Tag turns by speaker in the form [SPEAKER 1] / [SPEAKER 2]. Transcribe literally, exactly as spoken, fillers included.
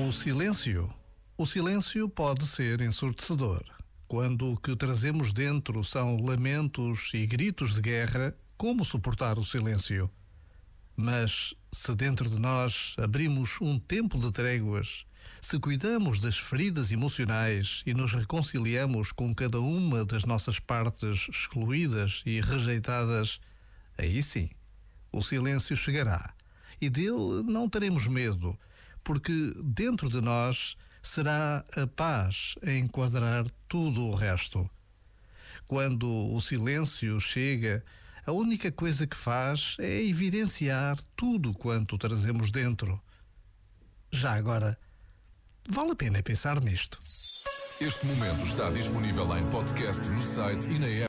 [SPEAKER 1] O silêncio. O silêncio pode ser ensurdecedor. Quando o que trazemos dentro são lamentos e gritos de guerra, como suportar o silêncio? Mas, se dentro de nós abrimos um tempo de tréguas, se cuidamos das feridas emocionais e nos reconciliamos com cada uma das nossas partes excluídas e rejeitadas, aí sim, o silêncio chegará. E dele não teremos medo, porque dentro de nós será a paz a enquadrar tudo o resto. Quando o silêncio chega, a única coisa que faz é evidenciar tudo quanto trazemos dentro. Já agora, vale a pena pensar nisto.
[SPEAKER 2] Este momento está disponível em podcast no site e na app.